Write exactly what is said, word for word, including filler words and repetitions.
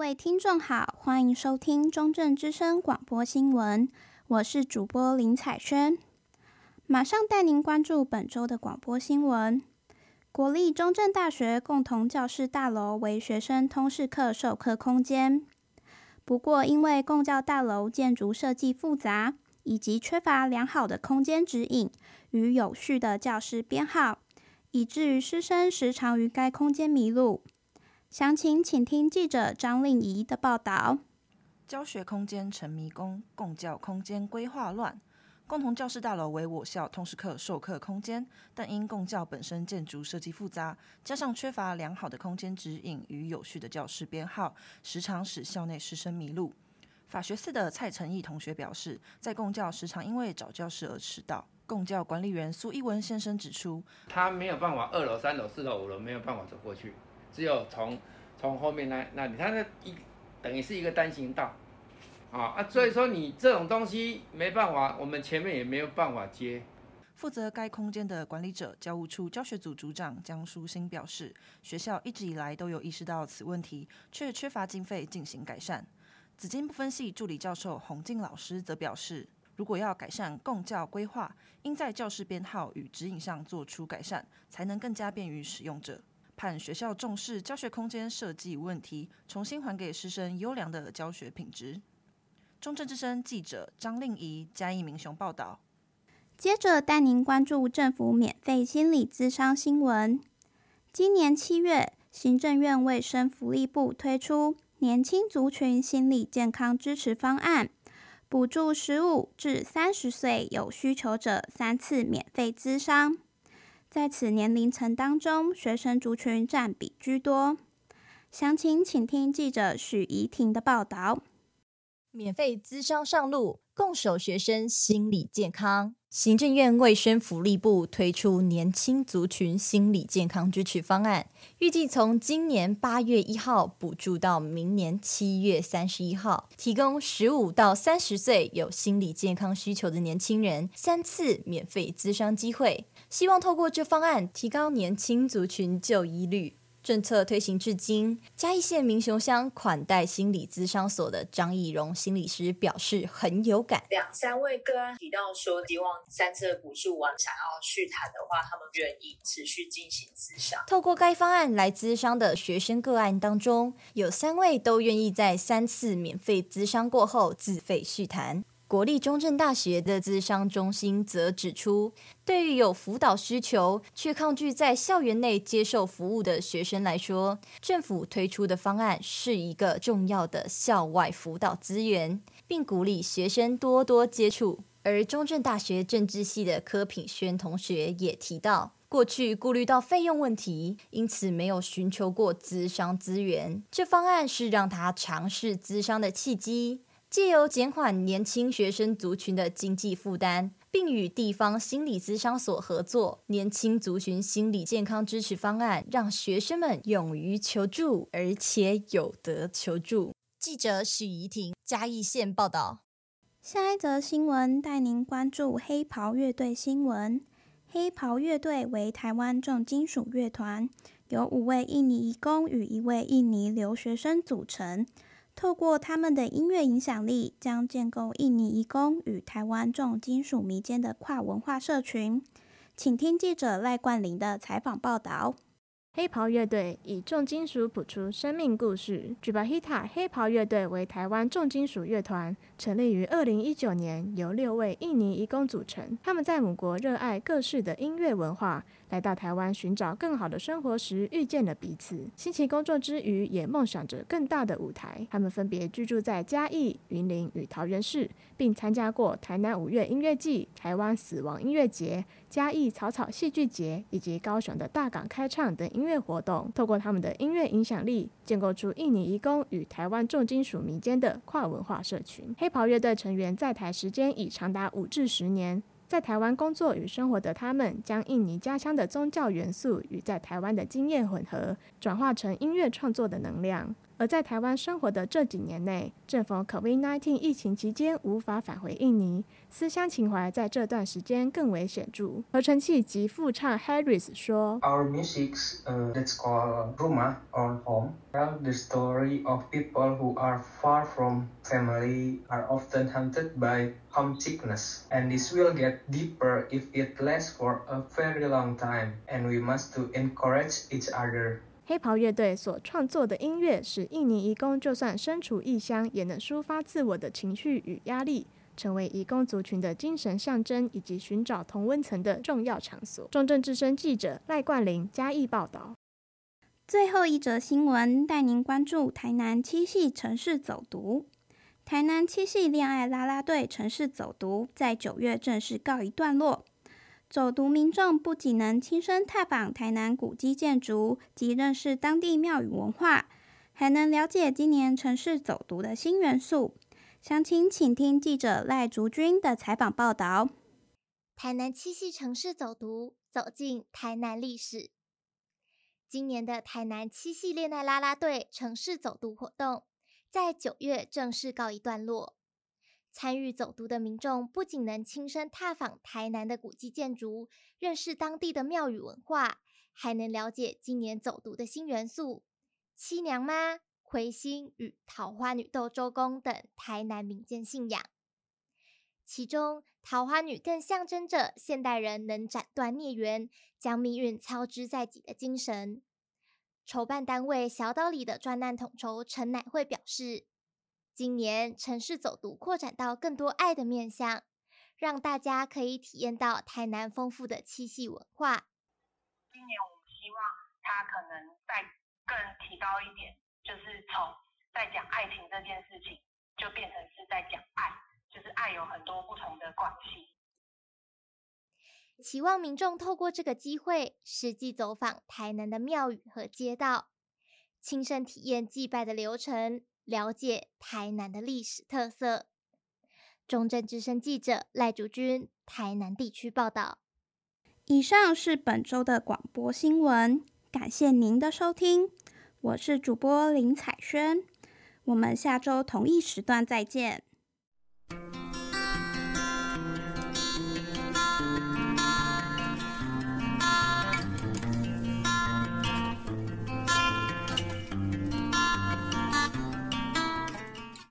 位听众好，欢迎收听中正之声广播新闻，我是主播林彩萱。马上带您关注本周的广播新闻。国立中正大学共同教室大楼为学生通识课授课空间，不过因为共教大楼建筑设计复杂，以及缺乏良好的空间指引与有序的教室编号，以至于师生时常于该空间迷路。详情请听记者张令仪的报道。 教学空间成迷宫，共教空间规划乱。共同教室大楼为我校通识课授课空间，但因共教本身建筑设计复杂，加上缺乏良好的空间指引与有序的教室编号，时常使校内师生迷路。法学四的蔡承义同学表示，在共教时常因为找教室而迟到。共教管理员苏一文先生指出， 他没有办法二楼、三楼、四楼、五楼没有办法走过去，只有从从后面那那里，他那一等于是一个单行道，啊啊，所以说你这种东西没办法，我们前面也没有办法接。 负责该空间的管理者教务处教学组组长江淑欣表示，学校一直以来都有意识到此问题，却缺乏经费进行改善。紫金不分系助理教授洪静老师则表示，如果要改善共教规划，应在教室编号与指引上做出改善，才能更加便于使用者。盼学校重视教学空间设计问题，重新还给师生优良的教学品质。中正之声记者张令仪嘉义民雄报道。 接着带您关注政府免费心理咨商新闻。今年七月，行政院卫生福利部推出年轻族群心理健康支持方案，补助十五至三十岁有需求者三次免费咨商。在此年龄层当中，学生族群占比居多。详情请听记者许怡婷的报道。 免费咨商上路，共守学生心理健康。行政院卫生福利部推出年轻族群心理健康支持方案，预计从今年八月一号补助到明年七月三十一号，提供十五到三十岁有心理健康需求的年轻人三次免费咨商机会，希望透过这方案提高年轻族群就医率。政策推行至今，嘉义县民雄乡款待心理咨商所的张义荣心理师表示很有感。 两三位个案提到说，希望三次的补助完，想要续谈的话，他们愿意持续进行咨商。 透过该方案来咨商的学生个案当中，有三位都愿意在三次免费咨商过后自费续谈。国立中正大学的咨商中心则指出，对于有辅导需求却抗拒在校园内接受服务的学生来说，政府推出的方案是一个重要的校外辅导资源，并鼓励学生多多接触。而中正大学政治系的柯品轩同学也提到，过去顾虑到费用问题，因此没有寻求过咨商资源。这方案是让他尝试咨商的契机，藉由减缓年轻学生族群的经济负担，并与地方心理咨商所合作，年轻族群心理健康支持方案让学生们勇于求助，而且有得求助。记者许怡婷嘉义县报道。 下一则新闻带您关注黑袍乐队新闻。黑袍乐队为台湾重金属乐团，由五位印尼移工与一位印尼留学生组成。透过他们的音乐影响力，将建构印尼移工与台湾重金属迷间的跨文化社群。请听记者赖冠霖的采访报道。 黑袍乐队以重金属谱出生命故事。Jubahita 黑袍乐队为台湾重金属乐团，成立于二零一九年，由六位印尼移工组成。他们在母国热爱各式的音乐文化，来到台湾寻找更好的生活时遇见了彼此。辛勤工作之余，也梦想着更大的舞台。他们分别居住在嘉义、云林与桃园市，并参加过台南五月音乐季、台湾死亡音乐节、嘉义草草戏剧节以及高雄的大港开唱等音乐活动。透过他们的音乐影响力，建构出印尼移工与台湾重金属民间的跨文化社群。黑袍乐队成员在台时间已长达五至十年，在台湾工作与生活的他们，将印尼家乡的宗教元素与在台湾的经验混合，转化成音乐创作的能量。 而在台湾生活的这几年内，正逢 COVID 十九 疫情期间无法返回印尼，思乡情怀在这段时间更为显著。合成器及副唱 Harris 说 Our music uh, that's called Rumah or Home tell the story of people who are far from family, are often haunted by homesickness, and this will get deeper if it lasts for a very long time, and we must to encourage each other. 黑袍乐队所创作的音乐使印尼移工就算身处异乡也能抒发自我的情绪与压力，成为移工族群的精神象征以及寻找同温层的重要场所。中正之声记者赖冠霖嘉义报道。 最后一则新闻带您关注台南七系城市走读。台南七系恋爱啦啦队城市走读在九月正式告一段落。走读民众不仅能亲身探访台南古迹建筑及认识当地庙宇文化，还能了解今年城市走读的新元素。详情请听记者赖竹君的采访报道。 台南七系城市走读，走进台南历史。今年的台南七系恋爱啦啦队城市走读活动，在九月正式告一段落。参与走读的民众不仅能亲身踏访台南的古迹建筑，认识当地的庙宇文化，还能了解今年走读的新元素——七娘妈、魁星与桃花女斗周公等台南民间信仰。其中，桃花女更象征着现代人能斩断孽缘，将命运操之在己的精神。筹办单位小岛里的专案统筹陈乃慧表示，今年城市走读扩展到更多爱的面向，让大家可以体验到台南丰富的七系文化。 今年我们希望它可能再更提高一点，就是从在讲爱情这件事情，就变成是在讲爱，就是爱有很多不同的关系。 期望民众透过这个机会，实际走访台南的庙宇和街道，亲身体验祭拜的流程，了解台南的历史特色。中正之声记者赖竹君台南地区报道。 以上是本周的广播新闻，感谢您的收听，我是主播林彩萱，我们下周同一时段再见。